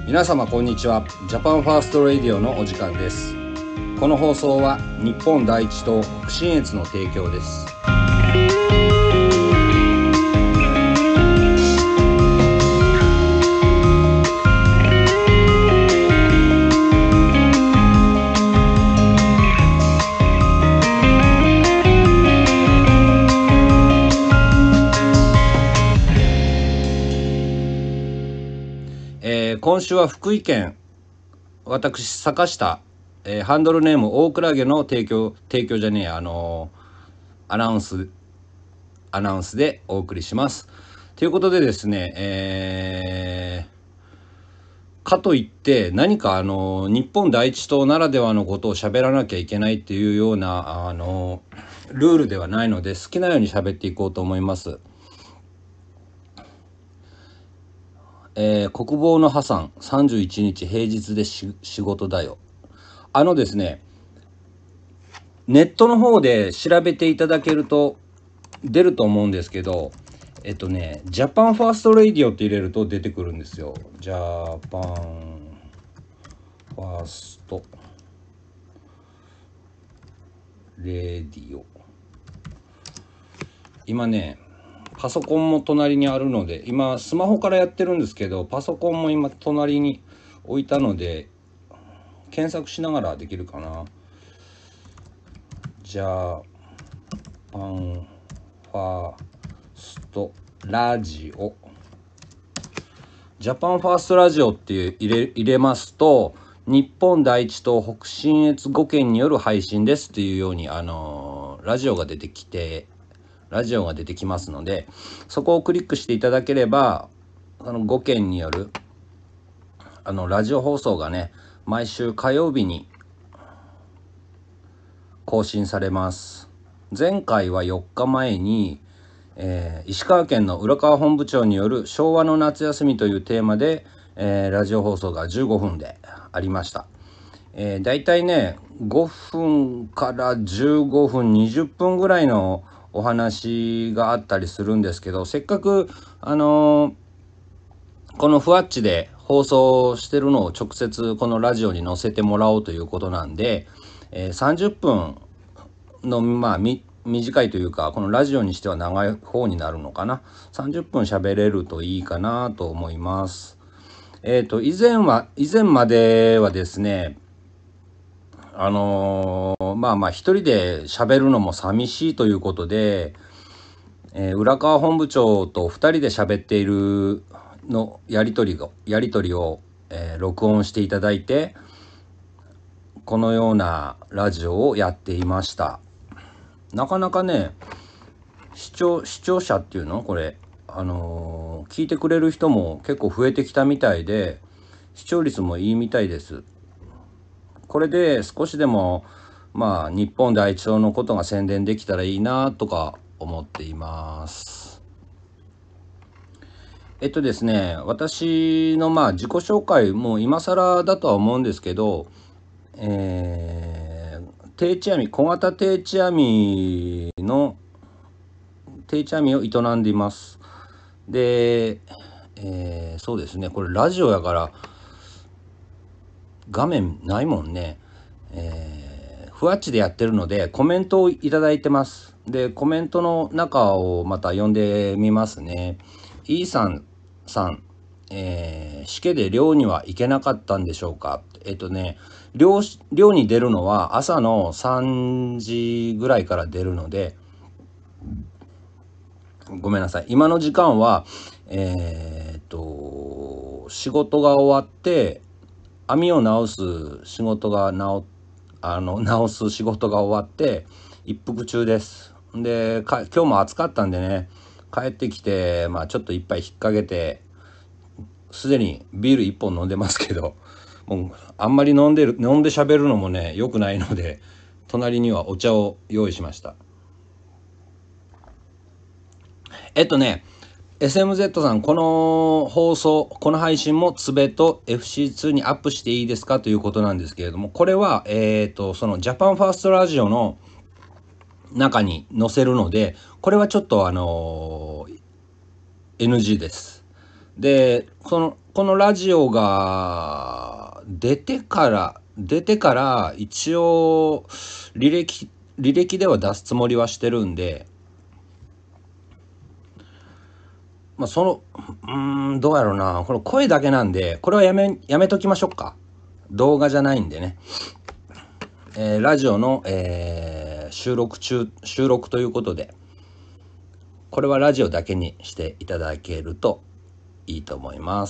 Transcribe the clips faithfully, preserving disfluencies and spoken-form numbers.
皆様こんにちは。ジャパンファーストレディオのお時間です。この放送は日本第一と北信越の提供です。えー、今週は福井県私坂下、えー、ハンドルネーム大倉家の提供提供じゃねえあのー、アナウンスアナウンスでお送りします。ということでですね、えー、かといって何かあのー、日本第一党ならではのことを喋らなきゃいけないっていうようなあのー、ルールではないので好きなように喋っていこうと思います。えー、国防の破産さんじゅういちにち平日でし仕事だよ。あのですね、ネットの方で調べていただけると出ると思うんですけど、えっとね、ジャパンファーストレディオって入れると出てくるんですよ。ジャパンファーストレディオ。今ね、パソコンも隣にあるので、今スマホからやってるんですけど、パソコンも今隣に置いたので検索しながらできるかな。ジャパンファーストラジオ。ジャパンファーストラジオっていう入れ入れますと、日本第一と北信越ご県による配信ですっていうようにあのー、ラジオが出てきてラジオが出てきますので、そこをクリックしていただければ、あのご県によるあのラジオ放送がね、毎週火曜日に更新されます。前回はよっかまえに、えー、石川県の浦川本部長による昭和の夏休みというテーマで、えー、ラジオ放送がじゅうごふんでありました。えー、だいたいねごふんからじゅうごふんにじゅっぷんぐらいのお話があったりするんですけど、せっかくあのー、このふわっちで放送してるのを直接このラジオに載せてもらおうということなんで、えー、さんじゅっぷんのまあみ短いというか、このラジオにしては長い方になるのかな。さんじゅっぷん喋れるといいかなと思います。えっと以前は以前まではですね、あのー、まあまあ一人で喋るのも寂しいということで、えー、浦川本部長と二人で喋っているのやり取りをやり取りを、えー、録音していただいて、このようなラジオをやっていました。なかなかね、視聴視聴者っていうのこれあのー、聞いてくれる人も結構増えてきたみたいで、視聴率もいいみたいです。これで少しでもまあ日本第一党のことが宣伝できたらいいなとか思っています。えっとですね、私のまあ自己紹介も今更だとは思うんですけど、えー、定置網小型定置網の定置網を営んでいます。で、えー、そうですね、これラジオやから画面ないもんね。えー、ふわっちでやってるのでコメントをいただいてます。でコメントの中をまた読んでみますね。E さんさん、えー、しけで漁には行けなかったんでしょうか。えっとね漁漁に出るのは朝のさんじぐらいから出るので、ごめんなさい、今の時間はえー、っと仕事が終わって網を直す仕事が直あの直す仕事が終わって一服中です。でか今日も暑かったんでね、帰ってきてまあちょっと一杯引っ掛けて、すでにビール一本飲んでますけど、もうあんまり飲んでる飲んで喋るのもね良くないので、隣にはお茶を用意しました。えっとね エスエムゼット さん、この放送この配信もつべと エフシーツー にアップしていいですかということなんですけれども、これはえっとそのジャパンファーストラジオの中に載せるので、これはちょっとあのー、エヌジー です。 で、この、このラジオが出てから、出てから一応履歴、履歴では出すつもりはしてるんで、まあ、その、うーん、どうやろうな。この声だけなんで、これはやめ、やめときましょうか。動画じゃないんでね。えーラジオの、えー収録中、収録ということで、これはラジオだけにしていただけるといいと思います。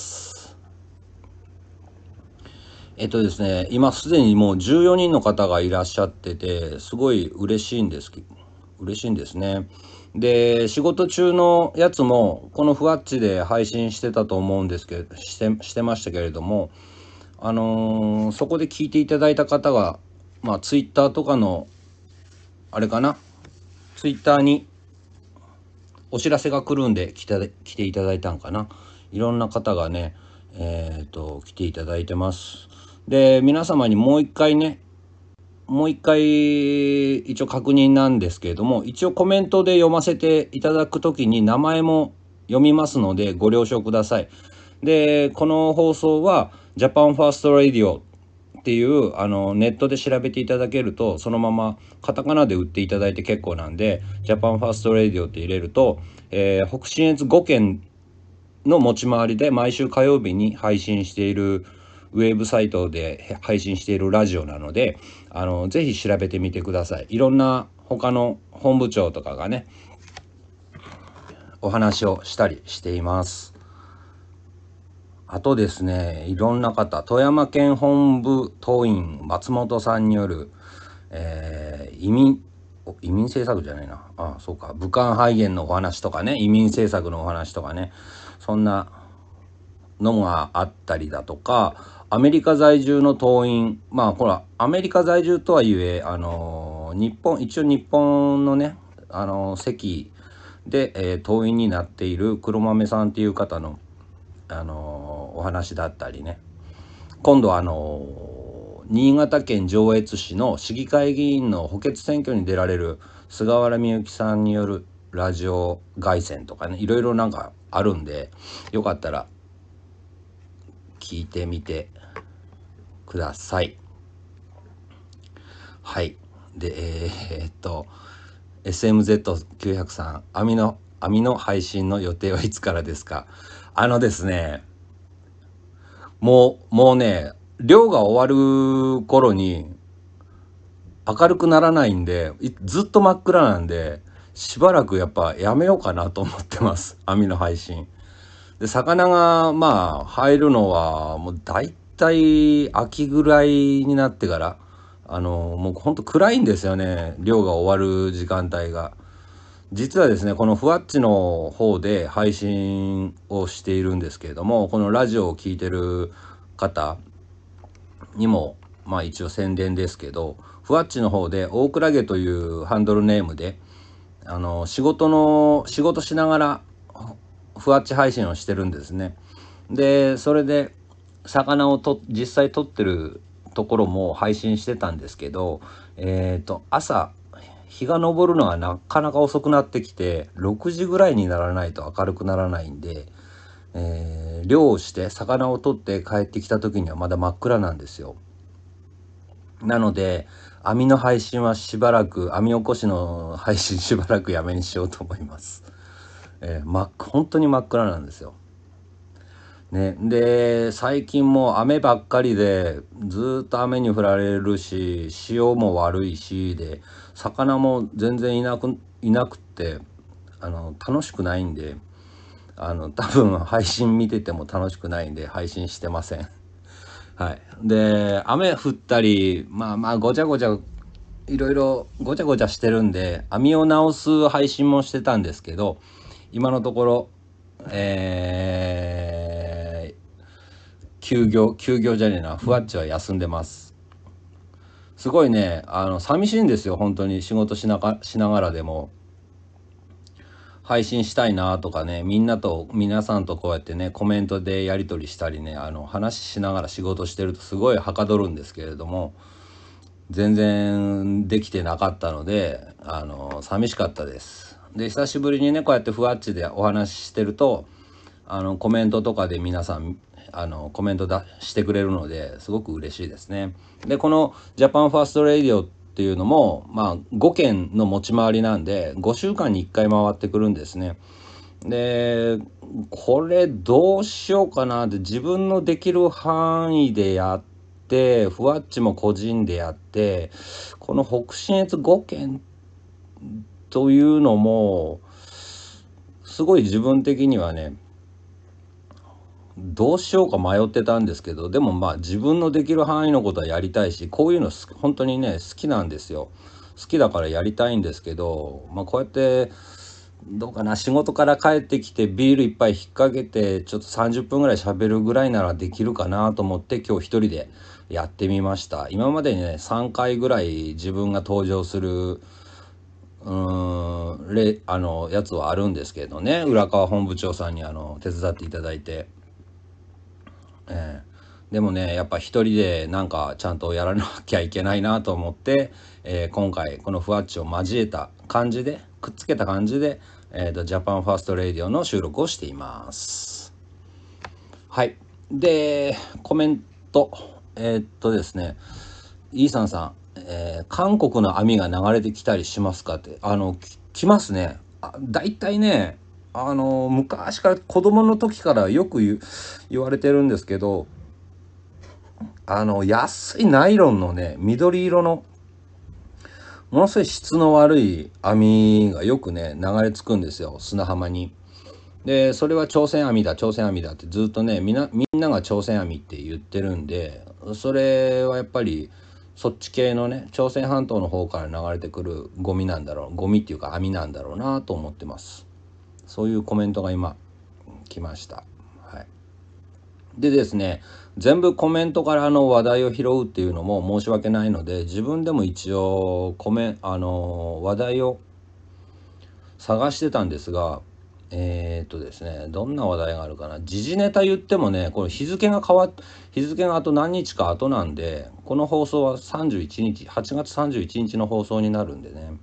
えっとですね、今すでにもうじゅうよにんの方がいらっしゃってて、すごい嬉しいんですけど、嬉しいんですね。で、仕事中のやつも、このふわっちで配信してたと思うんですけど、して、してましたけれども、あのーそこで聞いていただいた方が、まあ、ツイッターとかの、あれかな、ツイッターにお知らせが来るんで来て、来ていただいたんかな。いろんな方がね、えっと、来ていただいてます。で、皆様にもう一回ね、もう一回一応確認なんですけれども、一応コメントで読ませていただくときに名前も読みますのでご了承ください。で、この放送はジャパンファーストラディオっていうあのネットで調べていただけると、そのままカタカナで売っていただいて結構なんで、ジャパンファーストラディオって入れると、えー北信越ごけんの持ち回りで毎週火曜日に配信しているウェブサイトで配信しているラジオなので、あのぜひ調べてみてください。いろんな他の本部長とかがね、お話をしたりしています。あとですね、いろんな方、富山県本部党員松本さんによる、えー移民移民政策じゃないなあそうか武漢肺炎のお話とかね、移民政策のお話とかね、そんなのがあったりだとか、アメリカ在住の党員、まあほらアメリカ在住とはいえ、あのー日本一応日本のね、あのー席で、えー党員になっている黒豆さんっていう方の、あのーお話だったりね、今度あのー新潟県上越市の市議会議員の補欠選挙に出られる菅原美幸さんによるラジオ凱旋とかね、いろいろなんかあるんで、よかったら聞いてみてください。はい。で、えー、っと エスエムゼットきゅうひゃく さん、網の網の配信の予定はいつからですか？あのですね、もうもうね、漁が終わる頃に明るくならないんで、いずっと真っ暗なんで、しばらくやっぱやめようかなと思ってます。網の配信。で、魚がまあ入るのはもうだいたい秋ぐらいになってから、あのもうほんと暗いんですよね。漁が終わる時間帯が。実はですね、このふわっちの方で配信をしているんですけれども、このラジオを聞いてる方にもまあ一応宣伝ですけど、ふわっちの方で大倉家というハンドルネームで、あの仕事の仕事しながらふわっち配信をしてるんですね。でそれで魚をと実際撮ってるところも配信してたんですけど、えっと朝日が昇るのがなかなか遅くなってきて、ろくじぐらいにならないと明るくならないんで、えー漁をして魚を取って帰ってきた時にはまだ真っ暗なんですよ。なので網の配信はしばらく、網起こしの配信しばらくやめにしようと思います。えー、ま、本当に真っ暗なんですよ。ね、で最近もう雨ばっかりで、ずっと雨に降られるし、潮も悪いしで、魚も全然いなくいなくってあの楽しくないんで、あの多分配信見てても楽しくないんで配信してません。はい。で雨降ったり、まあまあごちゃごちゃいろいろごちゃごちゃしてるんで、網を直す配信もしてたんですけど、今のところえー、休業休業じゃねえな、ふわっちは休んでます。すごいね、あの寂しいんですよ、本当に。仕事しながしながらでも配信したいなとかね、みんなと皆さんとこうやってねコメントでやり取りしたりね、あの話しながら仕事してるとすごいはかどるんですけれども、全然できてなかったので、あの寂しかったです。で久しぶりにねこうやってふわっちでお話ししてると、 あのコメントとかで皆さんあのコメントだしてくれるのですごく嬉しいですね。でこのジャパンファーストレディオっていうのも、まあ、ごけんの持ち回りなんでごしゅうかんにいっかい回ってくるんですね。でこれどうしようかなって自分のできる範囲でやってふわっちも個人でやってこの北信越ごけんというのもすごい自分的にはねどうしようか迷ってたんですけど、でもまあ自分のできる範囲のことはやりたいし、こういうの本当にね好きなんですよ。好きだからやりたいんですけど、まあこうやってどうかな、仕事から帰ってきてビール一杯引っ掛けてちょっとさんじゅっぷんぐらい喋るぐらいならできるかなと思って今日一人でやってみました。今までにねさんかいぐらい自分が登場するうーんレあのやつはあるんですけどね、浦川本部長さんにあの手伝っていただいて。えーでもねやっぱ一人でなんかちゃんとやらなきゃいけないなと思って、えー今回このふわっちを交えた感じでくっつけた感じで、えーと、ジャパンファーストレディオの収録をしています。はい。でコメントえーっとですねイーサンさん、えー韓国の網が流れてきたりしますかって、あのき来ますね。あだいたいねあの昔から子供の時からよく言う言われてるんですけど、あの安いナイロンのね緑色のものすごい質の悪い網がよくね流れ着くんですよ、砂浜に。でそれは朝鮮網だ朝鮮網だってずっとねみんなみんなが朝鮮網って言ってるんで、それはやっぱりそっち系のね朝鮮半島の方から流れてくるゴミなんだろうゴミっていうか網なんだろうなと思ってます。そういうコメントが今来ました。はい。でですね、全部コメントからの話題を拾うっていうのも申し訳ないので、自分でも一応コメあの話題を探してたんですが、えーっとですね、どんな話題があるかな。時事ネタ言ってもね、これ日付が変わっ日付があと何日か後なんで、この放送はさんじゅういちにちはちがつさんじゅういちにちの放送になるんでね。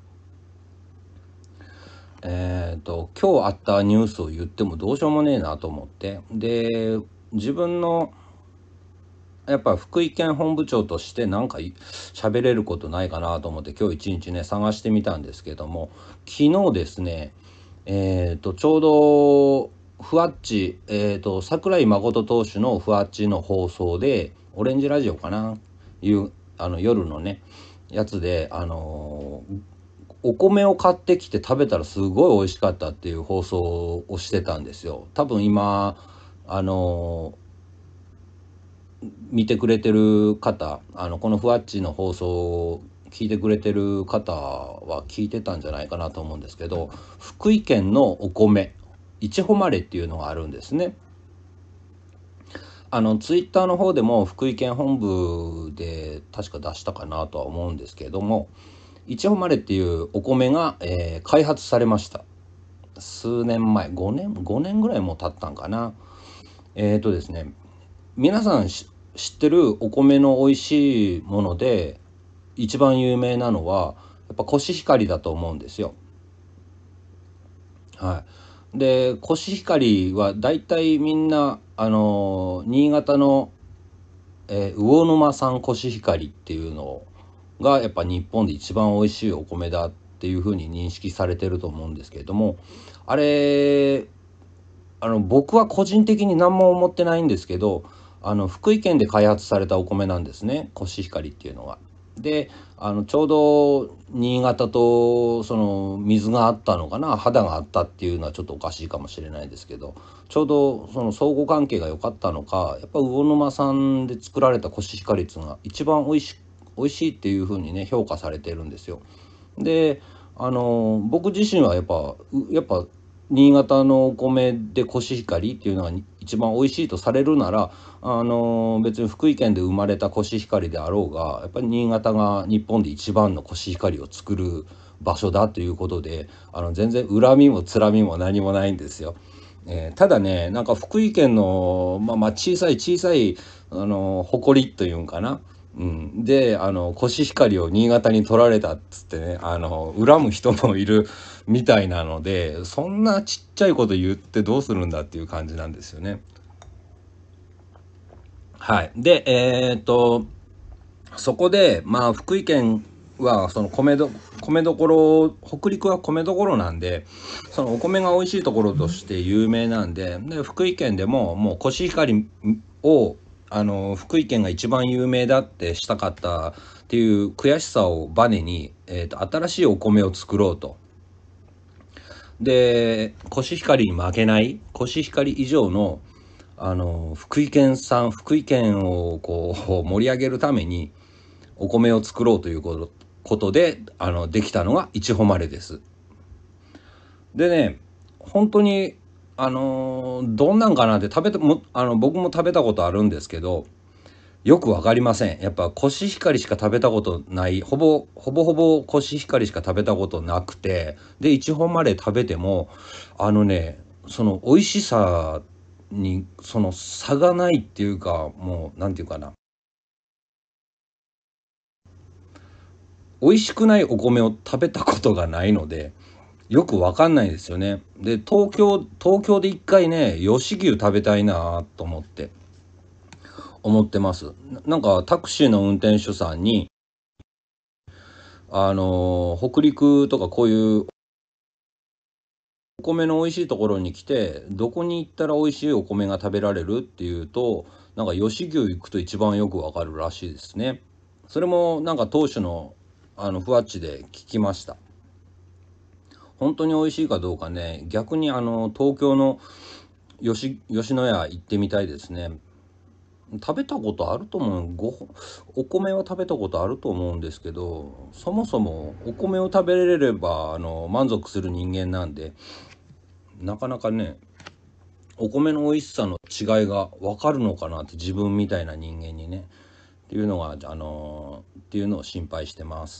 えーっと今日あったニュースを言ってもどうしようもねえなと思って、で自分のやっぱ福井県本部長としてなんか喋れることないかなと思って今日一日ね探してみたんですけども、昨日ですねえー、とちょうどふわっち、えー、と桜井誠投手のふわっちの放送でオレンジラジオかないうあの夜のねやつで、あのーお米を買ってきて食べたらすごい美味しかったっていう放送をしてたんですよ。多分今あのー見てくれてる方、あのこのふわっちの放送を聞いてくれてる方は聞いてたんじゃないかなと思うんですけど、福井県のお米いちほまれっていうのがあるんですね。あのツイッターの方でも福井県本部で確か出したかなとは思うんですけれども、いちほまれっていうお米が、えー開発されました。数年前、ごねんごねんぐらいもう経ったんかな。えーとですね皆さん知ってるお米の美味しいもので一番有名なのはやっぱコシヒカリだと思うんですよ。はい。でコシヒカリはだいたいみんなあの新潟の、えー魚沼産コシヒカリっていうのがやっぱ日本で一番美味しいお米だっていうふうに認識されてると思うんですけれども、あれあの僕は個人的に何も思ってないんですけど、あの福井県で開発されたお米なんですね、コシヒカリっていうのが。であのちょうど新潟とその水があったのかな、肌があったっていうのはちょっとおかしいかもしれないですけど、ちょうどその相互関係が良かったのか、やっぱ魚沼産で作られたコシヒカリっていうのが一番美味し美味しいっていう風にね評価されてるんですよ。であの僕自身はやっぱやっぱ新潟のお米でコシヒカリっていうのが一番美味しいとされるなら、あの別に福井県で生まれたコシヒカリであろうがやっぱり新潟が日本で一番のコシヒカリを作る場所だということで、あの全然恨みもつらみも何もないんですよ。えーただねなんか福井県の、まあ、まあ小さい小さいあの誇りというんかな、 うん、であのコシヒカリを新潟に取られたっつってね、あの恨む人もいるみたいなので、そんなちっちゃいこと言ってどうするんだっていう感じなんですよね。はい。でえー、っとそこでまあ福井県はその米ど米どころ、北陸は米どころなんで、そのお米が美味しいところとして有名なんで、で福井県でももうコシヒカリをあの福井県が一番有名だってしたかったっていう悔しさをバネに、えー、と新しいお米を作ろうと。でコシヒカリに負けないコシヒカリ以上のあの福井県産福井県をこう盛り上げるためにお米を作ろうということことであのできたのがいちほまれです。でね、本当にあのーどんなんかなって食べてもあの僕も食べたことあるんですけど、よくわかりません。やっぱコシヒカリしか食べたことない、ほぼほぼほぼコシヒカリしか食べたことなくて、でいちほんまで食べてもあのね、その美味しさにその差がないっていうか、もうなんていうかな、美味しくないお米を食べたことがないのでよくわかんないですよね。で東京東京で一回ね吉牛食べたいなと思って思ってます。ななんかタクシーの運転手さんにあのー北陸とかこういうお米の美味しいところに来てどこに行ったら美味しいお米が食べられるっていうと、なんか吉牛行くと一番よくわかるらしいですね。それもなんか当主のあのふわっちで聞きました。本当に美味しいかどうかね、逆にあの東京の吉吉野家行ってみたいですね。食べたことあると思う。ごお米は食べたことあると思うんですけど、そもそもお米を食べれればあの満足する人間なんで、なかなかねお米の美味しさの違いが分かるのかなって、自分みたいな人間にねっていうのがあのっていうのを心配してます。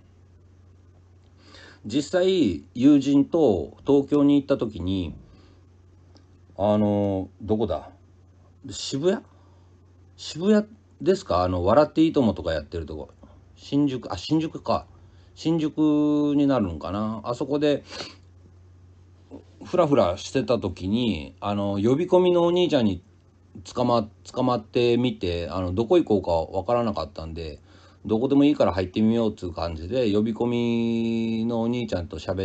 実際友人と東京に行った時にあのどこだ、渋谷渋谷ですか、あの笑っていいともとかやってるとこ、新宿、あ新宿か、新宿になるのかな、あそこでフラフラしてた時にあの呼び込みのお兄ちゃんに捕ま捕まってみて、あのどこ行こうかわからなかったんで、どこでもいいから入ってみようっていう感じで呼び込みのお兄ちゃんと喋って、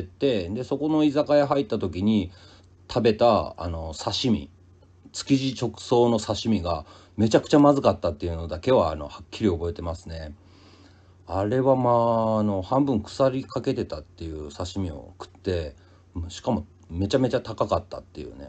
でそこの居酒屋入った時に食べたあの刺身、築地直送の刺身がめちゃくちゃまずかったっていうのだけはあのはっきり覚えてますね。あれはまああの半分腐りかけてたっていう刺身を食って、しかもめちゃめちゃ高かったっていうね。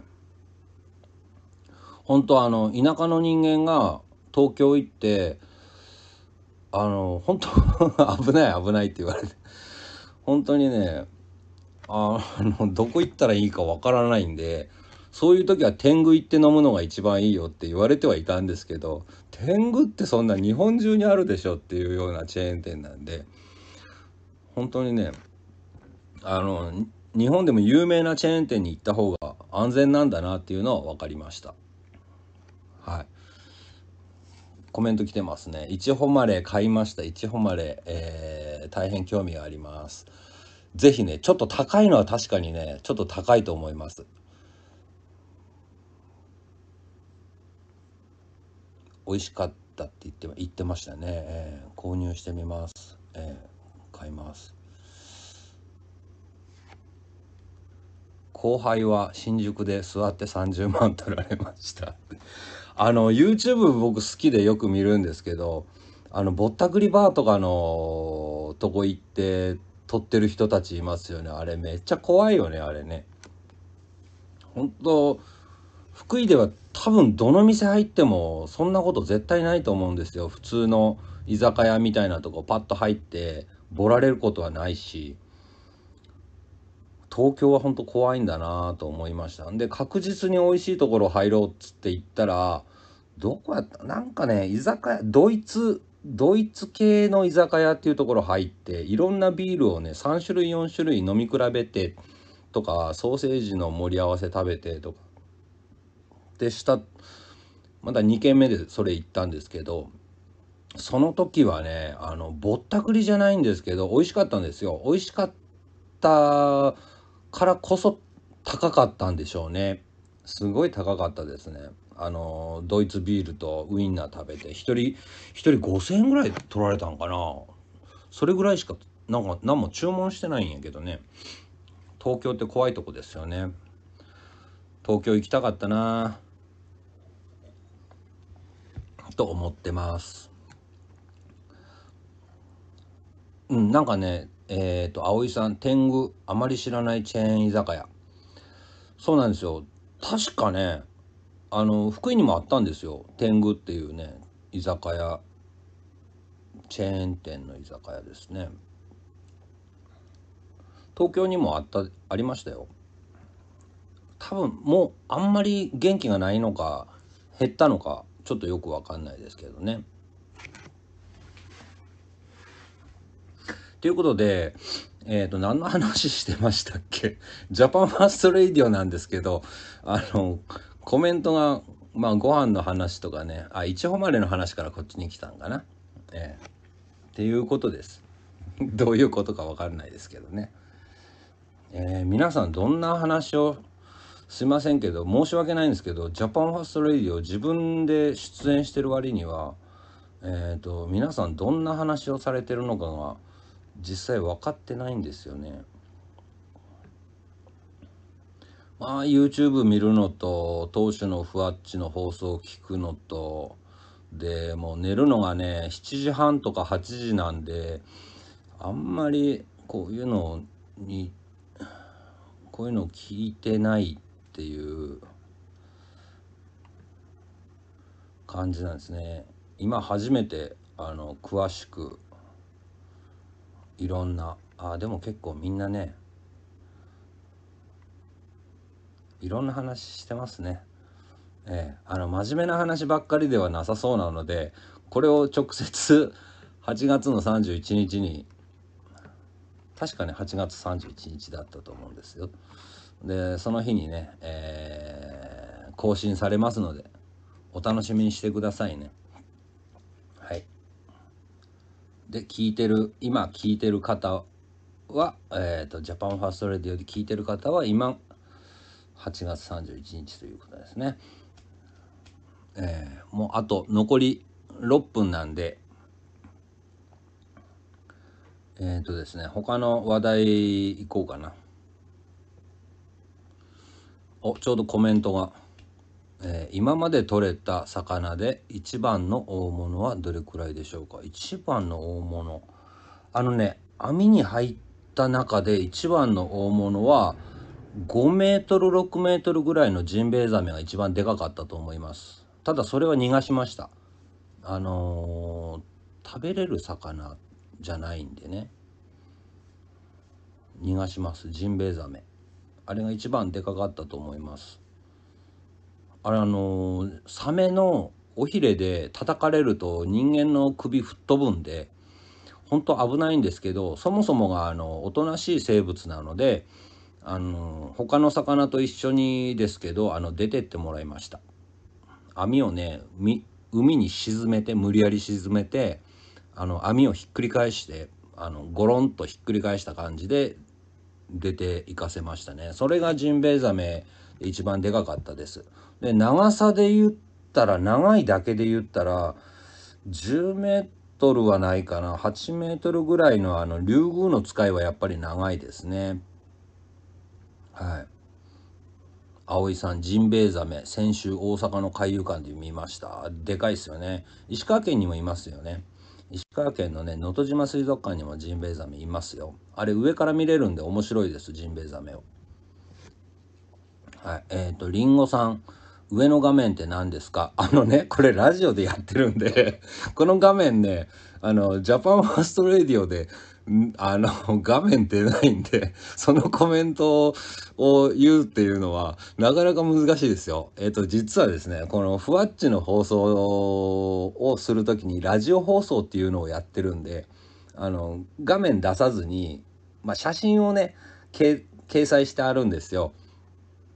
本当あの田舎の人間が東京行ってあの本当危ない危ないって言われて、本当にね、あのどこ行ったらいいかわからないんで、そういう時は天狗行って飲むのが一番いいよって言われてはいたんですけど、天狗ってそんな日本中にあるでしょっていうようなチェーン店なんで、本当にね、あの日本でも有名なチェーン店に行った方が安全なんだなっていうのは分かりました。はい。コメント来てますね。いちほまれ買いました。いちほまれ、えー、大変興味があります。ぜひね、ちょっと高いのは確かにね、ちょっと高いと思います。美味しかったって言って言ってましたね。えー購入してみます。えー買います。後輩は新宿で座ってさんじゅうまん取られました。あの YouTube 僕好きでよく見るんですけど、あのぼったくりバーとかのとこ行って撮ってる人たちいますよね。あれめっちゃ怖いよね、あれね。本当福井では多分どの店入ってもそんなこと絶対ないと思うんですよ。普通の居酒屋みたいなとこパッと入ってボラれることはないし、東京は本当怖いんだなと思いました。で確実に美味しいところ入ろうっつって行ったら、どこやったなんかね、居酒屋、ドイツドイツ系の居酒屋っていうところ入って、いろんなビールをねさん種類よん種類飲み比べてとか、ソーセージの盛り合わせ食べてとかでした。まだに軒目でそれ行ったんですけど、 その時はね、あのぼったくりじゃないんですけど美味しかったんですよ。美味しかったからこそ高かったんでしょうね。すごい高かったですね。あのドイツビールとウインナー食べて一人一人ごせんえんぐらい取られたんかな。それぐらいしかなんか何も注文してないんやけどね。東京って怖いとこですよね。東京行きたかったなと思ってます。うん、なんかね、えっと葵さん、天狗あまり知らないチェーン居酒屋。そうなんですよ。確かね、あの福井にもあったんですよ、天狗っていうね居酒屋、チェーン店の居酒屋ですね。東京にもあった、ありましたよ。多分もうあんまり元気がないのか減ったのかちょっとよくわかんないですけどね。ということで、えっと何の話してましたっけ？ジャパンファーストレイディオなんですけど、あのコメントがまあご飯の話とかね、あ、いちほまれの話からこっちに来たんかな。えーっていうことです。どういうことかわかんないですけどね。えー皆さんどんな話を、すいませんけど申し訳ないんですけど、ジャパンファーストレディオ自分で出演してる割には、えーと皆さんどんな話をされてるのかが実際分かってないんですよね。まあ YouTube 見るのと当主のふわっちの放送を聞くのとで、もう寝るのがねしちじはんとかはちじなんで、あんまりこういうのにこういうのを聞いてないっていう感じなんですね。今初めてあの詳しくいろんな、あ、でも結構みんなねいろんな話してますね。ええ、あの真面目な話ばっかりではなさそうなので、これを直接はちがつのさんじゅういちにちに、確かねはちがつさんじゅういちにちだったと思うんですよ。でその日にね、えー更新されますのでお楽しみにしてくださいね。はい。で聞いてる今聞いてる方は、えーと、ジャパンファーストレディオで聞いてる方は今はちがつさんじゅういちにちということですね。えー、もうあと残りろっぷんなんで、えっとですね他の話題いこうかな。お、ちょうどコメントが、えー今まで取れた魚で一番の大物はどれくらいでしょうか。一番の大物、あのね網に入った中で一番の大物はごメートルろくメートルぐらいのジンベエザメが一番でかかったと思います。ただそれは逃がしました。あのー食べれる魚じゃないんでね、逃がします。ジンベエザメ、あれが一番でかかったと思います。あれ、あのーサメの尾ひれで叩かれると人間の首吹っ飛ぶんで本当危ないんですけど、そもそもがあのおとなしい生物なので、あの他の魚と一緒にですけどあの出てってもらいました。網をね海に沈めて、無理やり沈めて、あの網をひっくり返して、あのゴロンとひっくり返した感じで出ていかせましたね。それがジンベエザメ一番でかかったです。で長さで言ったら、長いだけで言ったらじゅうメートルはないかな、はちメートルぐらいのあのリュウグウノツカイはやっぱり長いですね。はい。葵さん、ジンベエザメ先週大阪の海遊館で見ました。でかいですよね。石川県にもいますよね。石川県のね能登島水族館にもジンベエザメいますよ。あれ上から見れるんで面白いです、ジンベエザメを。はい。えっとリンゴさん、上の画面って何ですか？あのねこれラジオでやってるんでこの画面ね、あのジャパンファーストレディオでんあの画面出ないんで、そのコメントを言うっていうのはなかなか難しいですよ。えっと実はですね、このふわっちの放送をするときにラジオ放送っていうのをやってるんで、あの画面出さずに、まあ、写真をね掲載してあるんですよ。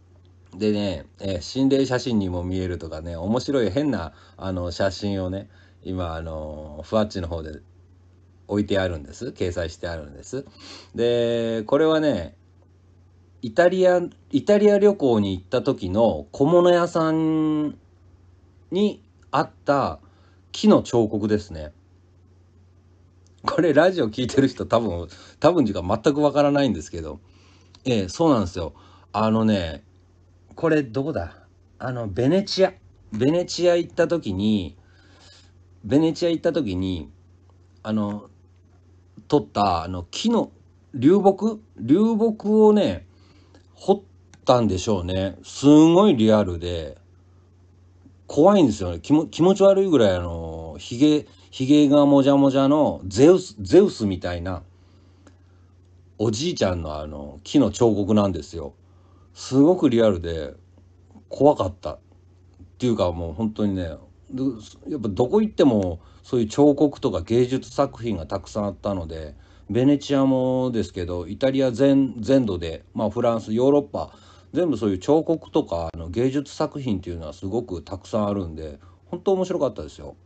でね、えー心霊写真にも見えるとかね、面白い変なあの写真をね今あのふわっちの方で置いてあるんです。掲載してあるんです。でこれはね、イタリアイタリア旅行に行った時の小物屋さんにあった木の彫刻ですね。これラジオ聞いてる人多分多分時間全くわからないんですけど、ええ、そうなんですよ。あのね、これどこだ、あのベネチアベネチア行った時にベネチア行った時にあの撮ったあの木の流木流木をね彫ったんでしょうね。すごいリアルで怖いんですよね。気も気持ち悪いぐらい、あのひげひげがもじゃもじゃのゼウスゼウスみたいなおじいちゃんのあの木の彫刻なんですよ。すごくリアルで怖かったっていうか、もう本当にね、やっぱどこ行ってもそういう彫刻とか芸術作品がたくさんあったので、ベネチアもですけどイタリア 全, 全土で、まあ、フランスヨーロッパ全部そういう彫刻とかあの芸術作品っていうのはすごくたくさんあるんで、本当面白かったですよ。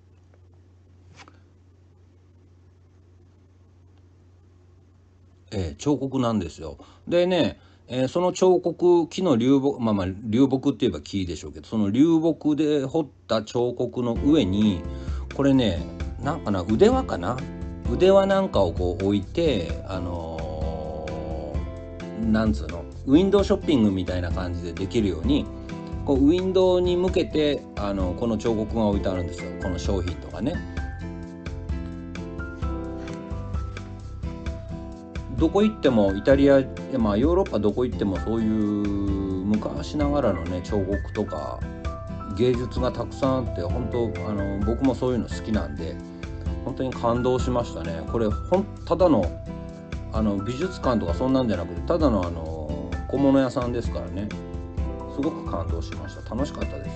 えー彫刻なんですよ。でね、えーその彫刻、木の流木、まあまあ流木って言えば木でしょうけど、その流木で彫った彫刻の上にこれね、なんかな、腕輪かな、腕輪なんかをこう置いて、あのーなんつうの、ウィンドウショッピングみたいな感じでできるように、こうウィンドウに向けてあのこの彫刻が置いてあるんですよ。この商品とかね、どこ行ってもイタリア、まあ、ヨーロッパどこ行ってもそういう昔ながらのね彫刻とか芸術がたくさんあって、本当あの僕もそういうの好きなんで本当に感動しましたね。これほんただのあの美術館とかそんなんじゃなくて、ただのあの小物屋さんですからね、すごく感動しました。楽しかったです。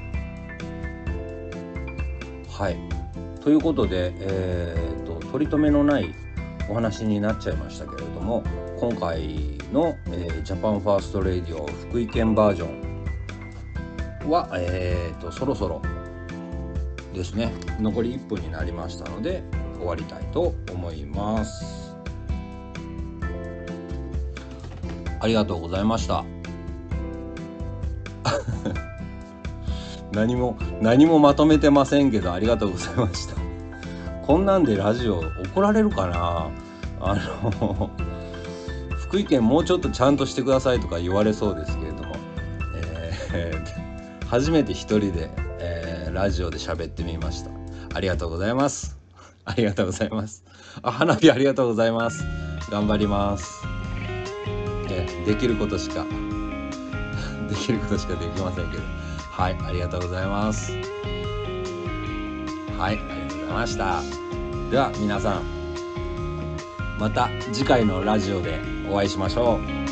はい、ということで、えー、と取り留めのないお話になっちゃいましたけれども、今回の、えー、ジャパンファーストレディオ福井県バージョンは、えー、とそろそろですね、残りいっぷんになりましたので終わりたいと思います。ありがとうございました。何も何もまとめてませんけど、ありがとうございました。こんなんでラジオ怒られるかな。あの福井県もうちょっとちゃんとしてくださいとか言われそうですけれども、えー、初めて一人で、えー、ラジオで喋ってみました。ありがとうございます。ありがとうございます。あ、花火ありがとうございます。頑張ります。で、できることしかできることしかできませんけど、はい、ありがとうございます。はい、ありがとうございました。では皆さん、また次回のラジオでお会いしましょう。